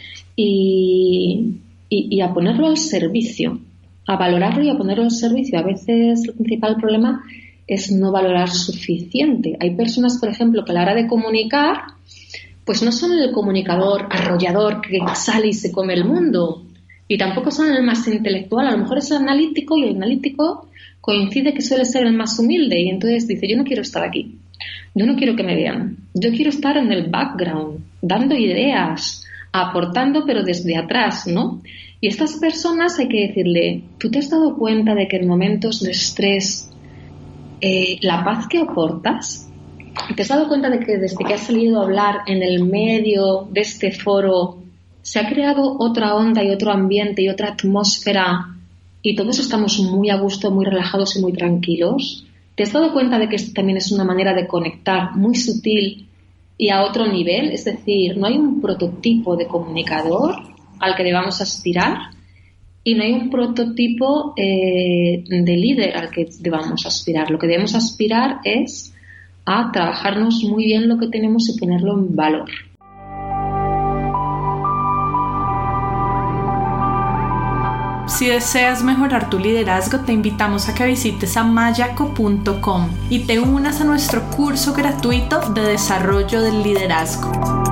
y, y, y a ponerlo al servicio, a valorarlo y a ponerlo al servicio. A veces el principal problema es no valorar suficiente. Hay personas, por ejemplo, que a la hora de comunicar, pues no son el comunicador arrollador que sale y se come el mundo, y tampoco son el más intelectual. A lo mejor es analítico, y el analítico coincide que suele ser el más humilde, y entonces dice: yo no quiero estar aquí, yo no quiero que me vean, yo quiero estar en el background, dando ideas, aportando, pero desde atrás, ¿no? Y estas personas hay que decirle: ¿tú te has dado cuenta de que en momentos de estrés eh, la paz que aportas? ¿Te has dado cuenta de que desde que has salido a hablar en el medio de este foro se ha creado otra onda y otro ambiente y otra atmósfera, y todos estamos muy a gusto, muy relajados y muy tranquilos? ¿Te has dado cuenta de que esto también es una manera de conectar muy sutil y a otro nivel? Es decir, no hay un prototipo de comunicador al que debamos aspirar, y no hay un prototipo eh, de líder al que debamos aspirar. Lo que debemos aspirar es a trabajarnos muy bien lo que tenemos y ponerlo en valor. Si deseas mejorar tu liderazgo, te invitamos a que visites amayaco punto com y te unas a nuestro curso gratuito de desarrollo del liderazgo.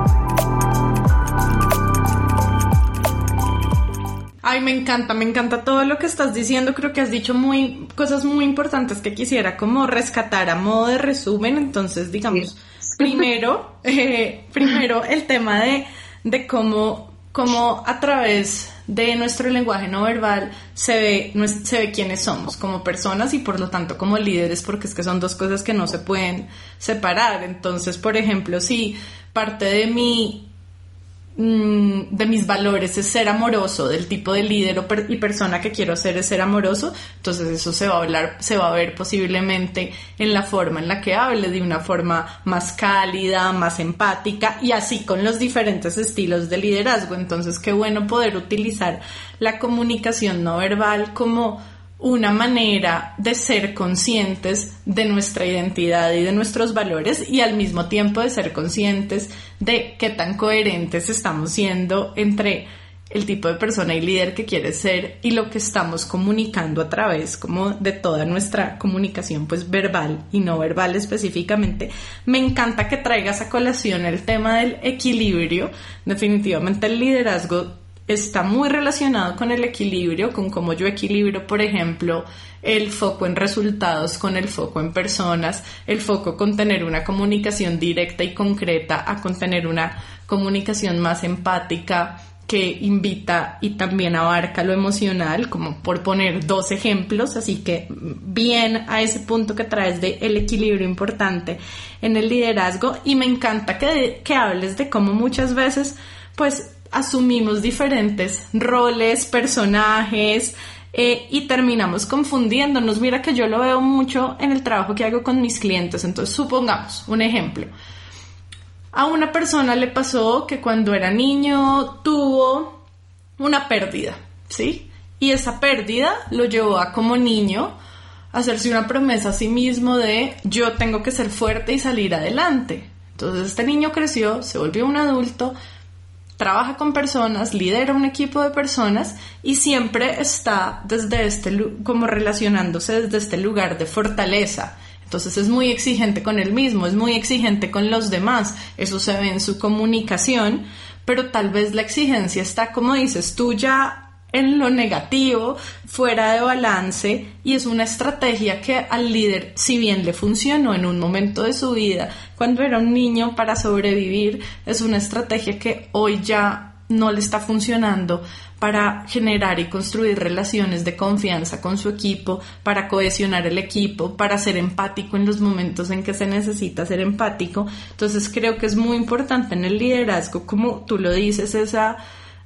Ay, me encanta, me encanta todo lo que estás diciendo. Creo que has dicho muy cosas muy importantes que quisiera como rescatar a modo de resumen. Entonces, digamos, sí. primero, eh, primero el tema de, de cómo, cómo a través de nuestro lenguaje no verbal se ve, se ve quiénes somos como personas y por lo tanto como líderes, porque es que son dos cosas que no se pueden separar. Entonces, por ejemplo, si parte de mi de mis valores es ser amoroso, del tipo de líder o per- y persona que quiero ser es ser amoroso, entonces eso se va a hablar, se va a ver posiblemente en la forma en la que hable, de una forma más cálida, más empática, y así con los diferentes estilos de liderazgo. Entonces, qué bueno poder utilizar la comunicación no verbal como una manera de ser conscientes de nuestra identidad y de nuestros valores, y al mismo tiempo de ser conscientes de qué tan coherentes estamos siendo entre el tipo de persona y líder que quieres ser y lo que estamos comunicando a través como de toda nuestra comunicación, pues verbal y no verbal específicamente. Me encanta que traigas a colación el tema del equilibrio. Definitivamente el liderazgo está muy relacionado con el equilibrio, con cómo yo equilibro, por ejemplo, el foco en resultados con el foco en personas, el foco con tener una comunicación directa y concreta a con tener una comunicación más empática que invita y también abarca lo emocional, como por poner dos ejemplos. Así que bien a ese punto que traes de el equilibrio importante en el liderazgo. Y me encanta que, que hables de cómo muchas veces pues asumimos diferentes roles, personajes, eh, y terminamos confundiéndonos. Mira que yo lo veo mucho en el trabajo que hago con mis clientes. Entonces, supongamos un ejemplo. A una persona le pasó que cuando era niño tuvo una pérdida, ¿sí? Y esa pérdida lo llevó a, como niño, a hacerse una promesa a sí mismo de yo tengo que ser fuerte y salir adelante. Entonces este niño creció, se volvió un adulto, trabaja con personas, lidera un equipo de personas y siempre está desde este, como relacionándose desde este lugar de fortaleza. Entonces es muy exigente con él mismo, es muy exigente con los demás. Eso se ve en su comunicación, pero tal vez la exigencia está, como dices tú, ya en lo negativo, fuera de balance, y es una estrategia que al líder, si bien le funcionó en un momento de su vida, cuando era un niño para sobrevivir, es una estrategia que hoy ya no le está funcionando para generar y construir relaciones de confianza con su equipo, para cohesionar el equipo, para ser empático en los momentos en que se necesita ser empático. Entonces creo que es muy importante en el liderazgo, como tú lo dices, esa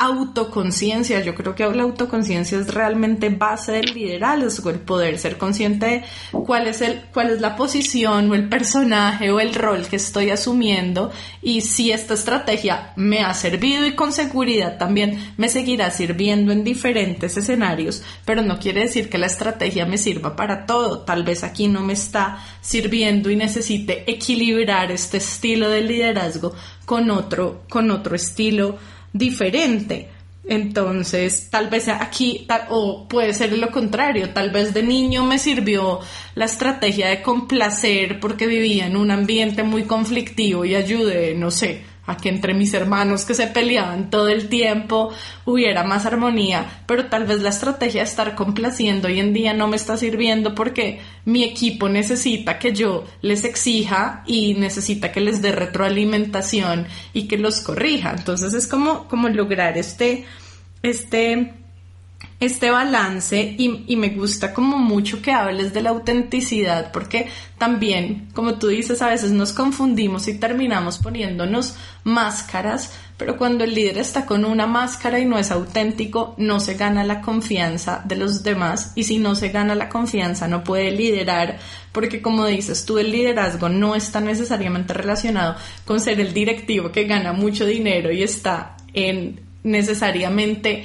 autoconciencia. Yo creo que la autoconciencia es realmente base del liderazgo, el poder ser consciente de cuál es el, cuál es la posición o el personaje o el rol que estoy asumiendo, y si esta estrategia me ha servido y con seguridad también me seguirá sirviendo en diferentes escenarios, pero no quiere decir que la estrategia me sirva para todo. Tal vez aquí no me está sirviendo y necesite equilibrar este estilo de liderazgo con otro, con otro estilo diferente. Entonces, tal vez aquí, tal, o puede ser lo contrario, tal vez de niño me sirvió la estrategia de complacer porque vivía en un ambiente muy conflictivo y ayudé, no sé, a que entre mis hermanos que se peleaban todo el tiempo hubiera más armonía, pero tal vez la estrategia de estar complaciendo hoy en día no me está sirviendo porque mi equipo necesita que yo les exija y necesita que les dé retroalimentación y que los corrija. Entonces es como, como lograr este, este, este balance, y, y me gusta como mucho que hables de la autenticidad, porque también, como tú dices, a veces nos confundimos y terminamos poniéndonos máscaras, pero cuando el líder está con una máscara y no es auténtico, no se gana la confianza de los demás, y si no se gana la confianza no puede liderar, porque como dices tú, el liderazgo no está necesariamente relacionado con ser el directivo que gana mucho dinero y está en necesariamente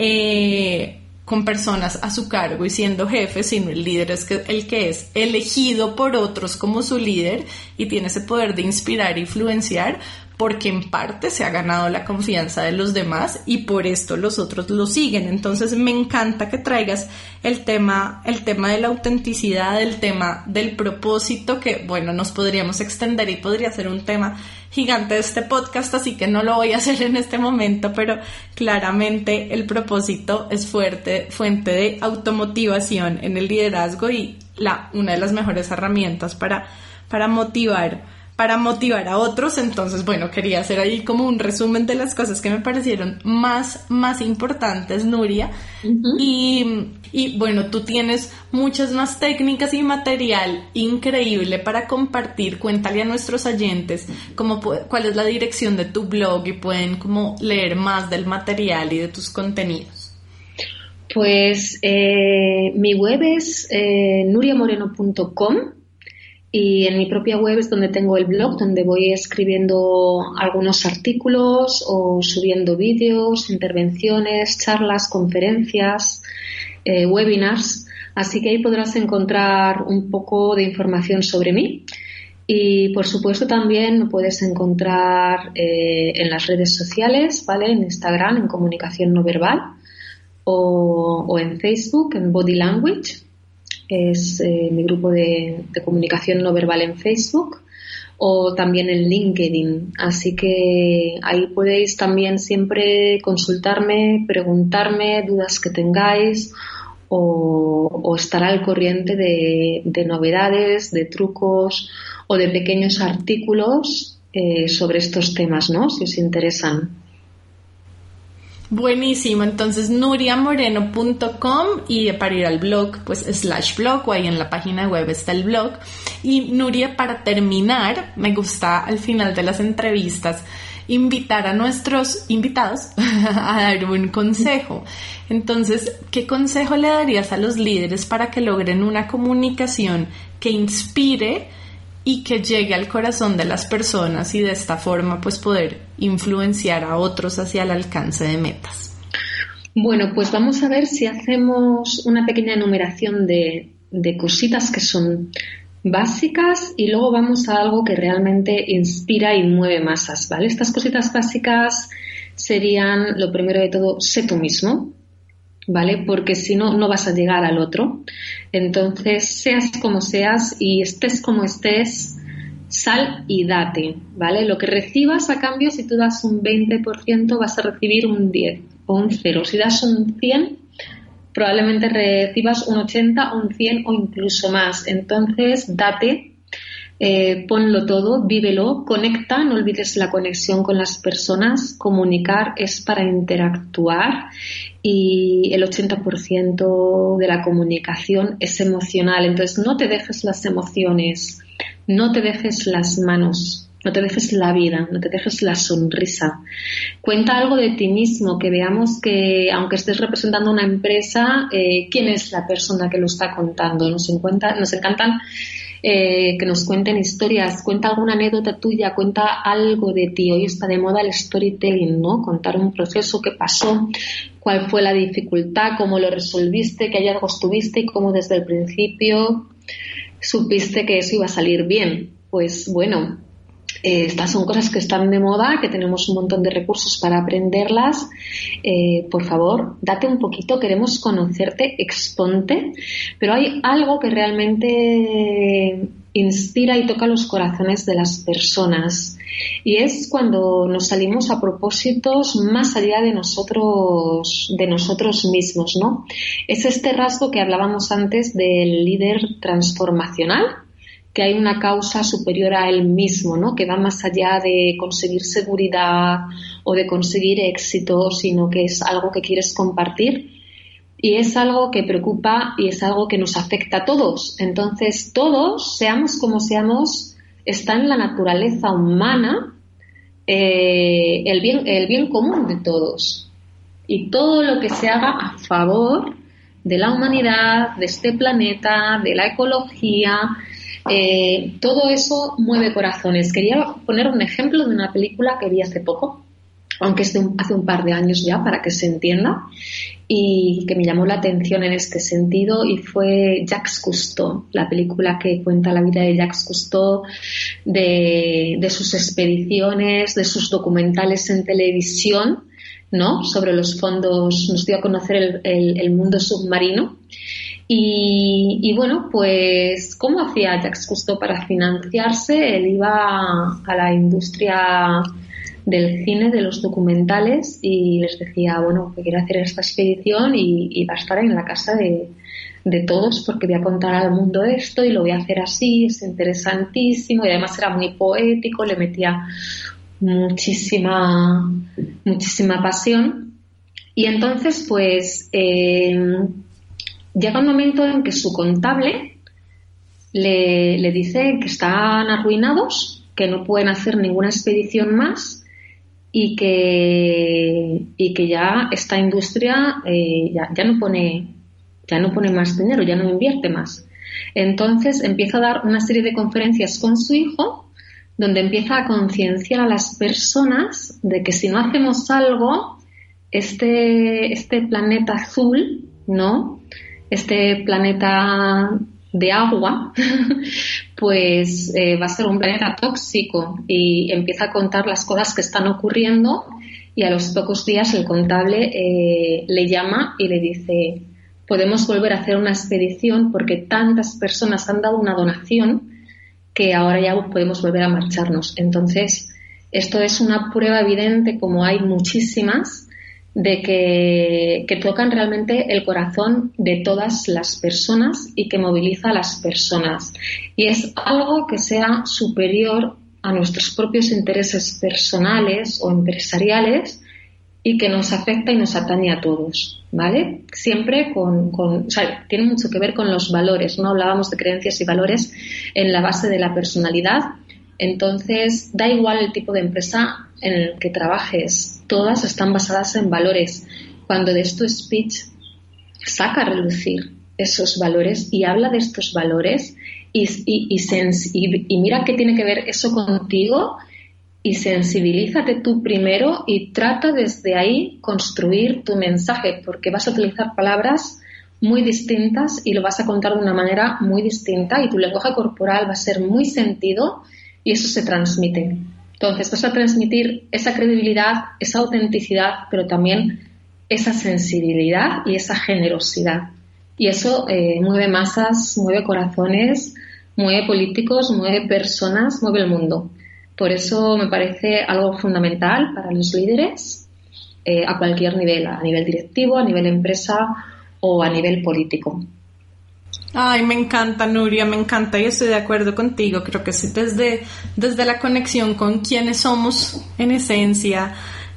eh, con personas a su cargo y siendo jefe, sino el líder es que, el que es elegido por otros como su líder y tiene ese poder de inspirar e influenciar, porque en parte se ha ganado la confianza de los demás y por esto los otros lo siguen. Entonces me encanta que traigas el tema, el tema de la autenticidad, el tema del propósito, que bueno, nos podríamos extender y podría ser un tema gigante de este podcast, así que no lo voy a hacer en este momento, pero claramente el propósito es fuerte, fuente de automotivación en el liderazgo y la, una de las mejores herramientas para, para motivar para motivar a otros. Entonces, bueno, quería hacer ahí como un resumen de las cosas que me parecieron más, más importantes, Nuria. Uh-huh. Y, y bueno, tú tienes muchas más técnicas y material increíble para compartir. Cuéntale a nuestros oyentes cómo, cuál es la dirección de tu blog y pueden como leer más del material y de tus contenidos. Pues eh, mi web es eh, nuria moreno punto com. Y en mi propia web es donde tengo el blog, donde voy escribiendo algunos artículos o subiendo vídeos, intervenciones, charlas, conferencias, eh, webinars. Así que ahí podrás encontrar un poco de información sobre mí. Y, por supuesto, también me puedes encontrar eh, en las redes sociales, ¿vale? En Instagram, en Comunicación No Verbal, o, o en Facebook, en Body Language. Es eh, mi grupo de, de comunicación no verbal en Facebook, o también en LinkedIn. Así que ahí podéis también siempre consultarme, preguntarme dudas que tengáis o, o estar al corriente de, de novedades, de trucos o de pequeños artículos eh, sobre estos temas, ¿no? Si os interesan. Buenísimo, entonces nuria moreno punto com, y para ir al blog, pues slash blog, o ahí en la página web está el blog. Y Nuria, para terminar, me gusta al final de las entrevistas invitar a nuestros invitados a dar un consejo. Entonces, ¿qué consejo le darías a los líderes para que logren una comunicación que inspire y que llegue al corazón de las personas y de esta forma pues poder influenciar a otros hacia el alcance de metas? Bueno, pues vamos a ver si hacemos una pequeña enumeración de, de cositas que son básicas y luego vamos a algo que realmente inspira y mueve masas, ¿vale? Estas cositas básicas serían, lo primero de todo, sé tú mismo, ¿vale? Porque si no, no vas a llegar al otro. Entonces, seas como seas y estés como estés, sal y date, ¿vale? Lo que recibas a cambio, si tú das un veinte por ciento, vas a recibir un diez o un cero. Si das un cien, probablemente recibas un ochenta o un cien o incluso más. Entonces, date, eh, ponlo todo, vívelo, conecta, no olvides la conexión con las personas. Comunicar es para interactuar y el ochenta por ciento de la comunicación es emocional. Entonces, no te dejes las emociones, no te dejes las manos no te dejes la vida, no te dejes la sonrisa. Cuenta algo de ti mismo, que veamos que, aunque estés representando una empresa, eh, quién es la persona que lo está contando. Nos, encuentra, nos encantan eh, que nos cuenten historias. Cuenta alguna anécdota tuya, cuenta algo de ti. Hoy está de moda el storytelling, ¿no? Contar un proceso que pasó, cuál fue la dificultad, cómo lo resolviste, qué hallazgos tuviste y cómo desde el principio supiste que eso iba a salir bien. Pues bueno, Eh, estas son cosas que están de moda, que tenemos un montón de recursos para aprenderlas. Eh, por favor, date un poquito, queremos conocerte, exponte, pero hay algo que realmente inspira y toca los corazones de las personas, y es cuando nos salimos a propósitos más allá de nosotros, de nosotros mismos, ¿no? Es este rasgo que hablábamos antes del líder transformacional, que hay una causa superior a él mismo, ¿no? Que va más allá de conseguir seguridad o de conseguir éxito, sino que es algo que quieres compartir, y es algo que preocupa y es algo que nos afecta a todos. Entonces, todos, seamos como seamos, está en la naturaleza humana eh, el bien, el bien común de todos, y todo lo que se haga a favor de la humanidad, de este planeta, de la ecología. Eh, todo eso mueve corazones. Quería poner un ejemplo de una película que vi hace poco, aunque es de un, hace un par de años ya, para que se entienda, y que me llamó la atención en este sentido, y fue Jacques Cousteau, la película que cuenta la vida de Jacques Cousteau, de, de sus expediciones, de sus documentales en televisión, ¿no? Sobre los fondos, nos dio a conocer el, el, el mundo submarino. Y, y bueno, pues ¿cómo hacía Jacques Cousteau para financiarse? Él iba a la industria del cine, de los documentales, y les decía, bueno, que quiero hacer esta expedición y, y va a estar en la casa de, de todos, porque voy a contar al mundo esto y lo voy a hacer así, es interesantísimo, y además era muy poético, le metía muchísima, muchísima pasión. Y entonces, pues... Eh, llega un momento en que su contable le, le dice que están arruinados, que no pueden hacer ninguna expedición más, y que, y que ya esta industria eh, ya, ya no pone, ya no pone más dinero, ya no invierte más. Entonces empieza a dar una serie de conferencias con su hijo, donde empieza a concienciar a las personas de que si no hacemos algo, este, este planeta azul, ¿no?, este planeta de agua, pues eh, va a ser un planeta tóxico, y empieza a contar las cosas que están ocurriendo, y a los pocos días el contable eh, le llama y le dice, podemos volver a hacer una expedición porque tantas personas han dado una donación que ahora ya podemos volver a marcharnos. Entonces, esto es una prueba evidente, como hay muchísimas, de que, que tocan realmente el corazón de todas las personas y que moviliza a las personas. Y es algo que sea superior a nuestros propios intereses personales o empresariales y que nos afecta y nos atañe a todos, ¿vale? Siempre con, con, o sea, tiene mucho que ver con los valores, ¿no? Hablábamos de creencias y valores en la base de la personalidad. Entonces, da igual el tipo de empresa en el que trabajes, todas están basadas en valores. Cuando des tu speech, saca a relucir esos valores y habla de estos valores y, y, y, sens- y, y mira qué tiene que ver eso contigo, y sensibilízate tú primero y trata desde ahí construir tu mensaje, porque vas a utilizar palabras muy distintas y lo vas a contar de una manera muy distinta, y tu lenguaje corporal va a ser muy sentido y eso se transmite. Entonces vas a transmitir esa credibilidad, esa autenticidad, pero también esa sensibilidad y esa generosidad. Y eso eh, mueve masas, mueve corazones, mueve políticos, mueve personas, mueve el mundo. Por eso me parece algo fundamental para los líderes eh, a cualquier nivel, a nivel directivo, a nivel empresa o a nivel político. Ay, me encanta, Nuria, me encanta, y estoy de acuerdo contigo. Creo que sí, desde, desde la conexión con quienes somos en esencia,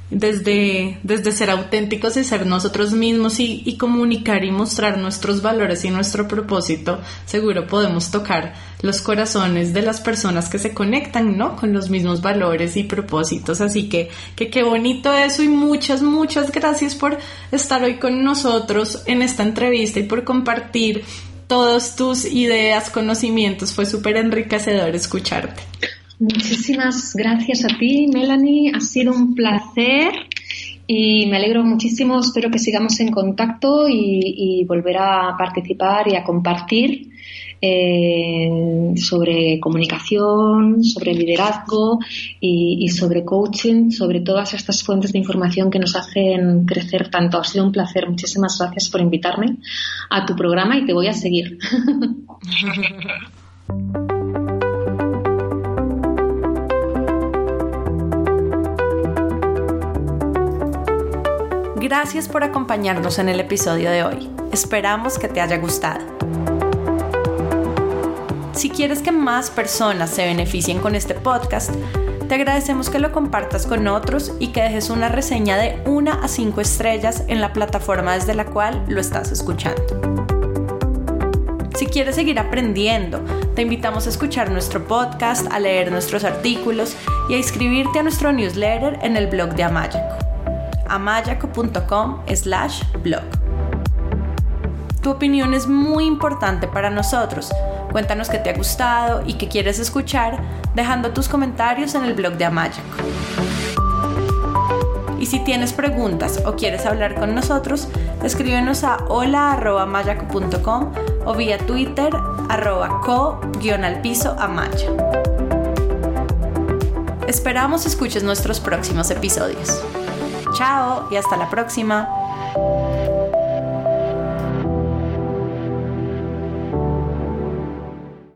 desde, desde ser auténticos y ser nosotros mismos y, y comunicar y mostrar nuestros valores y nuestro propósito, seguro podemos tocar los corazones de las personas que se conectan, ¿no? Con los mismos valores y propósitos. Así que, que qué bonito eso, y muchas, muchas gracias por estar hoy con nosotros en esta entrevista y por compartir todas tus ideas, conocimientos. Fue súper enriquecedor escucharte. Muchísimas gracias a ti, Melanie. Ha sido un placer y me alegro muchísimo. Espero que sigamos en contacto y, y volver a participar y a compartir eh, sobre comunicación, sobre liderazgo y, y sobre coaching, sobre todas estas fuentes de información que nos hacen crecer tanto. Ha sido un placer. Muchísimas gracias por invitarme a tu programa y te voy a seguir. Gracias por acompañarnos en el episodio de hoy. Esperamos que te haya gustado. Si quieres que más personas se beneficien con este podcast, te agradecemos que lo compartas con otros y que dejes una reseña de una a cinco estrellas en la plataforma desde la cual lo estás escuchando. Si quieres seguir aprendiendo, te invitamos a escuchar nuestro podcast, a leer nuestros artículos y a inscribirte a nuestro newsletter en el blog de Amayaco. amayaco.com slash blog. Tu opinión es muy importante para nosotros. Cuéntanos qué te ha gustado y qué quieres escuchar, dejando tus comentarios en el blog de Amayaco. Y si tienes preguntas o quieres hablar con nosotros, escríbenos a hola arroba amayaco punto com o vía Twitter arroba co guión al piso amaya. Esperamos escuches nuestros próximos episodios. Chao y hasta la próxima.